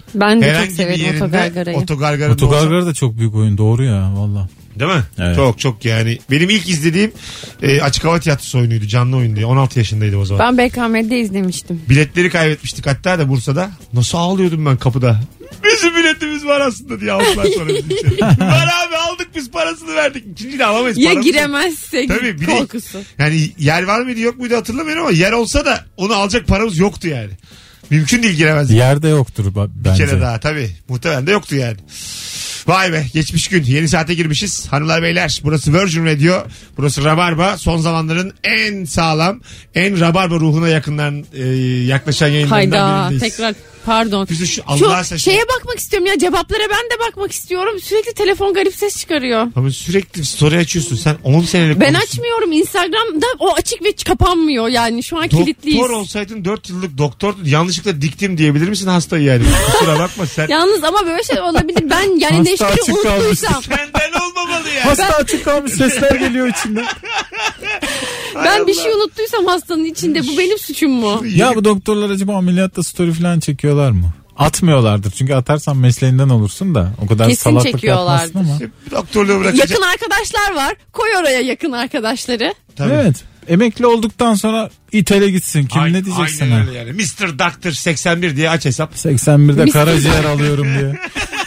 Ben de Herhangi çok bir severim yerinde otogargarayı. Otogargara da çok büyük oyun, doğru ya valla. Değil mi? Evet. Çok yani. Benim ilk izlediğim açık hava tiyatrosu oyunuydu. Canlı oyun diye. 16 yaşındaydım o zaman. Ben BKM'de izlemiştim. Biletleri kaybetmiştik hatta da Bursa'da. Nasıl ağlıyordum ben kapıda. Bizim biletimiz var aslında diye aldılar sonra bizim içeri. Var abi, aldık biz, parasını verdik. İkinci de alamayız. Ya paramız giremezsek tabii, korkusu. Yani yer var mıydı yok muydu hatırlamıyorum ama yer olsa da onu alacak paramız yoktu yani. Mümkün değil, giremezdik. Yerde yoktur bence. Bir kere daha tabii. Muhtemelen de yoktu yani. Vay be, geçmiş gün. Yeni saate girmişiz. Hanımlar beyler, burası Virgin Radio. Burası Rabarba. Son zamanların en sağlam, en Rabarba ruhuna yaklaşan yayınlarından Hayda, birindeyiz. tekrar pardon. Şu şeye bakmak istiyorum ya, cevaplara ben de bakmak istiyorum. Sürekli telefon garip ses çıkarıyor. Ama sürekli story açıyorsun. Sen 10 senelik Ben konuşsun. açmıyorum. Instagram'da o açık ve kapanmıyor yani. Şu an kilitliyiz. Doktor olsaydın 4 yıllık doktordun. Yanlışlıkla diktim diyebilir misin hastayı yani? Kusura bakma sen. Yalnız ama böyle şey olabilir. Ben yani Neşter'i unuttuysam. Senden olmamalı yani. Hasta açık kalmış, sesler geliyor içinden. Ben bir şey unuttuysam hastanın içinde, bu benim suçum mu? Ya bu doktorlar acaba ameliyatta story falan çekiyorlar mı? Atmıyorlardır çünkü atarsan mesleğinden olursun da o kadar kesin salaklık çekiyorlardır. yapmazsın ama. Doktorluğu bırakacak. Yakın arkadaşlar var. Koy oraya yakın arkadaşları. Tabii. Evet. Emekli olduktan sonra İtalya gitsin. Kim ne diyecek sana? Aynen öyle yani. Mr. Doctor 81 diye aç hesap. 81'de karaciğer alıyorum diye.